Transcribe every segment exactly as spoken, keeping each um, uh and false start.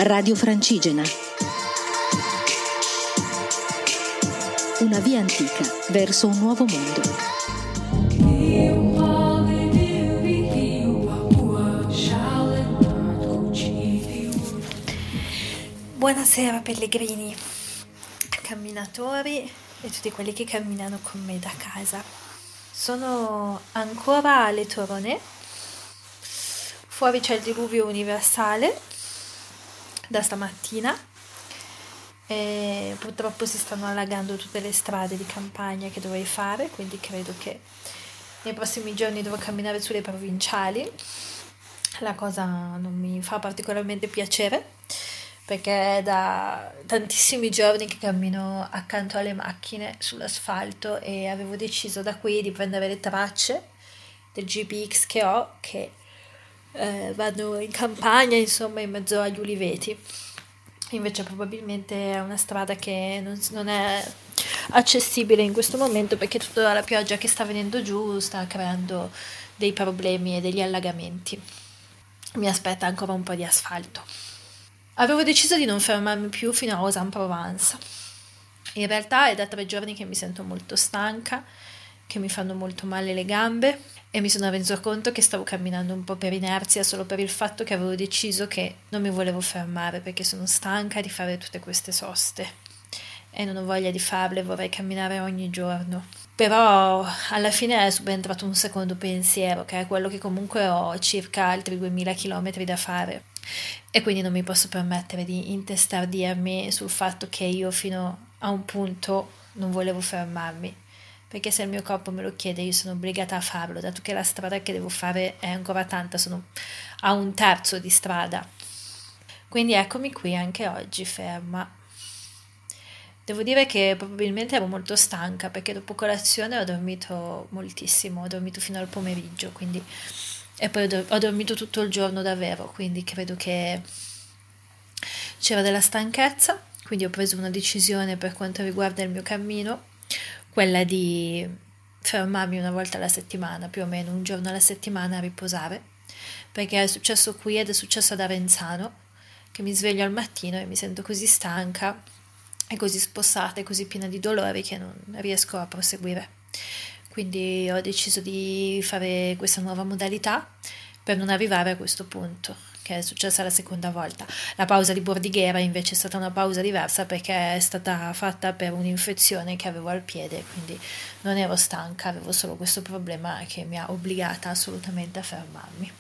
Radio Francigena. Una via antica verso un nuovo mondo. Buonasera pellegrini, camminatori e tutti quelli che camminano con me da casa. Sono ancora alle Torone, fuori c'è il diluvio universale da stamattina e purtroppo si stanno allagando tutte le strade di campagna che dovrei fare, quindi credo che nei prossimi giorni dovrò camminare sulle provinciali. La cosa non mi fa particolarmente piacere, perché è da tantissimi giorni che cammino accanto alle macchine sull'asfalto e avevo deciso da qui di prendere le tracce del G P X che ho, che eh, vanno in campagna, insomma, in mezzo agli uliveti. Invece probabilmente è una strada che non, non è accessibile in questo momento, perché tutta la pioggia che sta venendo giù sta creando dei problemi e degli allagamenti. Mi aspetta ancora un po' di asfalto. Avevo deciso di non fermarmi più fino a Aix-en-Provence. In realtà è da tre giorni che mi sento molto stanca, che mi fanno molto male le gambe e mi sono reso conto che stavo camminando un po' per inerzia, solo per il fatto che avevo deciso che non mi volevo fermare, perché sono stanca di fare tutte queste soste e non ho voglia di farle, vorrei camminare ogni giorno. Però alla fine è subentrato un secondo pensiero, che è quello che comunque ho circa altri duemila chilometri da fare. E quindi non mi posso permettere di intestardirmi sul fatto che io fino a un punto non volevo fermarmi, perché se il mio corpo me lo chiede io sono obbligata a farlo, dato che la strada che devo fare è ancora tanta, sono a un terzo di strada. Quindi eccomi qui anche oggi ferma. Devo dire che probabilmente ero molto stanca, perché dopo colazione ho dormito moltissimo, ho dormito fino al pomeriggio, quindi e poi ho, do- ho dormito tutto il giorno davvero, quindi credo che c'era della stanchezza, quindi ho preso una decisione per quanto riguarda il mio cammino, quella di fermarmi una volta alla settimana, più o meno un giorno alla settimana a riposare, perché è successo qui ed è successo ad Arenzano, che mi sveglio al mattino e mi sento così stanca e così spossata e così piena di dolori che non riesco a proseguire. Quindi ho deciso di fare questa nuova modalità per non arrivare a questo punto, che è successa la seconda volta. La pausa di Bordighera invece è stata una pausa diversa, perché è stata fatta per un'infezione che avevo al piede, quindi non ero stanca, avevo solo questo problema che mi ha obbligata assolutamente a fermarmi.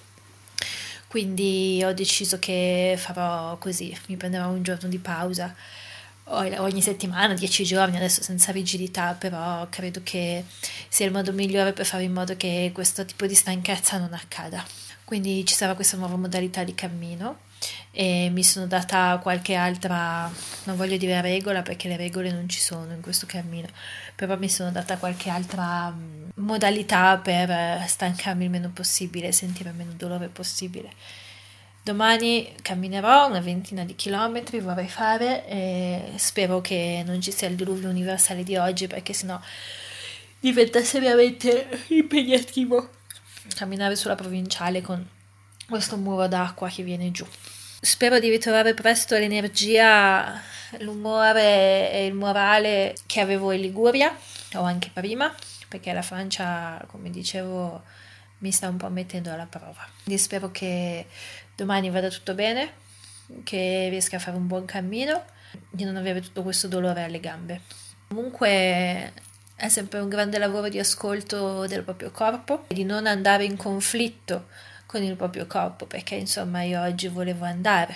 Quindi ho deciso che farò così, mi prenderò un giorno di pausa ogni settimana, dieci giorni, adesso senza rigidità, però credo che sia il modo migliore per fare in modo che questo tipo di stanchezza non accada. Quindi ci sarà questa nuova modalità di cammino e mi sono data qualche altra, non voglio dire regola perché le regole non ci sono in questo cammino, però mi sono data qualche altra modalità per stancarmi il meno possibile, sentire il meno dolore possibile. Domani camminerò una ventina di chilometri, vorrei fare, e spero che non ci sia il diluvio universale di oggi, perché sennò diventa seriamente impegnativo camminare sulla provinciale con questo muro d'acqua che viene giù. Spero di ritrovare presto l'energia, l'umore e il morale che avevo in Liguria, o anche prima, perché la Francia, come dicevo, mi sta un po' mettendo alla prova. Quindi spero che domani vada tutto bene, che riesca a fare un buon cammino, di non avere tutto questo dolore alle gambe. Comunque è sempre un grande lavoro di ascolto del proprio corpo e di non andare in conflitto con il proprio corpo, perché insomma io oggi volevo andare,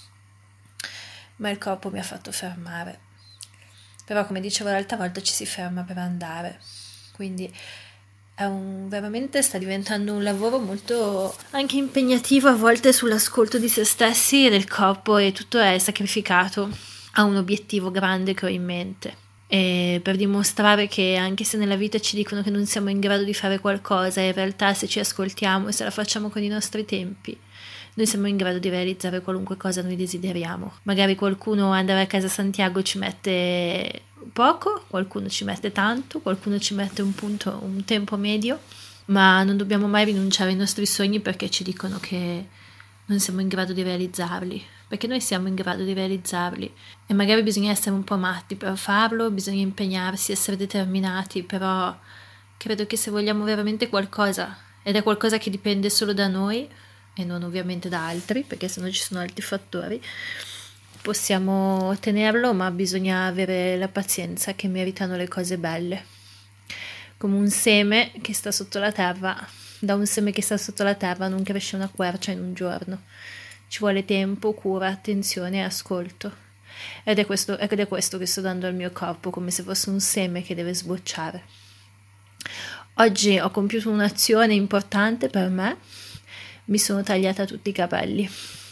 ma il corpo mi ha fatto fermare. Però come dicevo l'altra volta ci si ferma per andare, quindi è un, veramente sta diventando un lavoro molto anche impegnativo a volte sull'ascolto di se stessi e del corpo, e tutto è sacrificato a un obiettivo grande che ho in mente, e per dimostrare che anche se nella vita ci dicono che non siamo in grado di fare qualcosa, in realtà se ci ascoltiamo e se la facciamo con i nostri tempi noi siamo in grado di realizzare qualunque cosa noi desideriamo. Magari qualcuno andare a casa Santiago ci mette poco, qualcuno ci mette tanto, qualcuno ci mette un punto, un tempo medio, ma non dobbiamo mai rinunciare ai nostri sogni perché ci dicono che non siamo in grado di realizzarli, perché noi siamo in grado di realizzarli e magari bisogna essere un po' matti per farlo, bisogna impegnarsi, essere determinati, però credo che se vogliamo veramente qualcosa, ed è qualcosa che dipende solo da noi e non ovviamente da altri, perché sennò ci sono altri fattori, possiamo ottenerlo, ma bisogna avere la pazienza che meritano le cose belle. Come un seme che sta sotto la terra, da un seme che sta sotto la terra non cresce una quercia in un giorno. Ci vuole tempo, cura, attenzione e ascolto. Ed è questo, ed è questo che sto dando al mio corpo, come se fosse un seme che deve sbocciare. Oggi ho compiuto un'azione importante per me, mi sono tagliata tutti i capelli.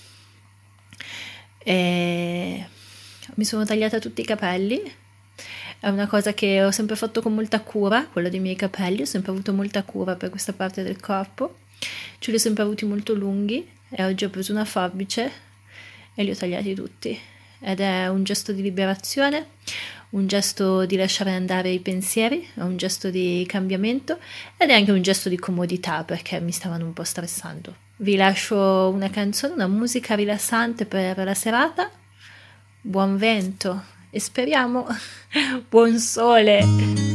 E mi sono tagliata tutti i capelli, è una cosa che ho sempre fatto con molta cura, quello dei miei capelli, ho sempre avuto molta cura per questa parte del corpo, ce li ho sempre avuti molto lunghi e oggi ho preso una forbice e li ho tagliati tutti ed è un gesto di liberazione, un gesto di lasciare andare i pensieri, è un gesto di cambiamento ed è anche un gesto di comodità perché mi stavano un po' stressando. Vi lascio una canzone, una musica rilassante per la serata, buon vento e speriamo buon sole.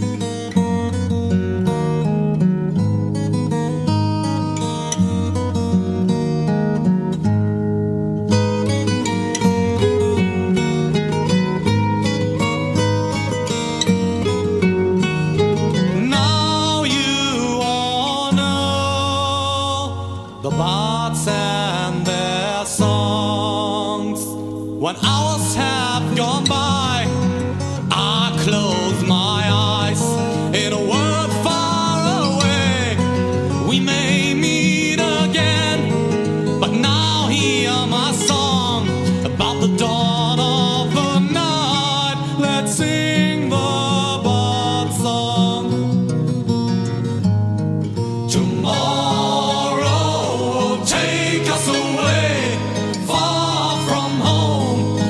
When hours have gone by, I close my eyes in a world far away. We may meet again, but now hear my song about the dawn of the night. Let's sing the bird song. Tomorrow will take us away far from home.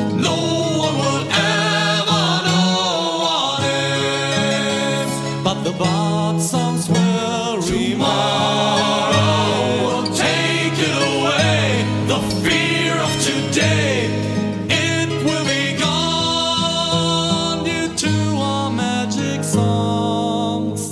The bird songs will remind. Tomorrow will take it away. The fear of today, it will be gone due to our magic songs.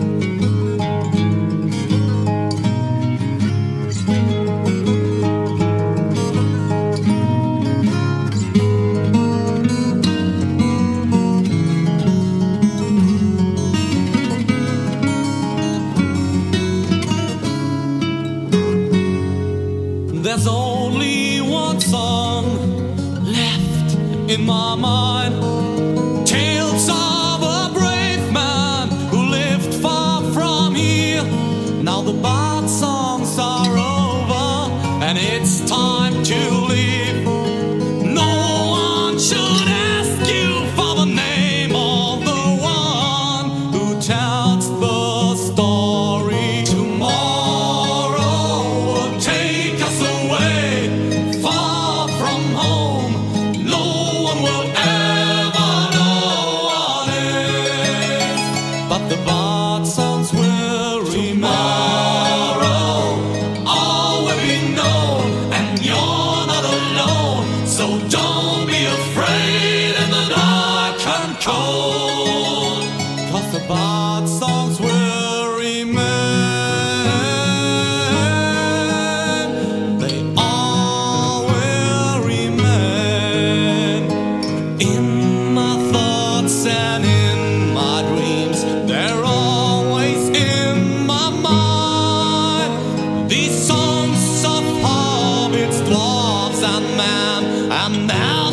There's only one song left in my mind. Tales of a brave man who lived far from here. Now the bird songs are over and it's time to leave. No one should ask you for the name of the one who tells the story. Tomorrow will take us away far from home. No one will ever know what is, but the bird songs will tomorrow all will be known, and you're not alone. So don't be afraid in the dark and cold, 'cause the bird songs will remain. They all will remain in my thoughts and in my dreams. They're always in my mind. These songs of hobbits, dwarves and man, and now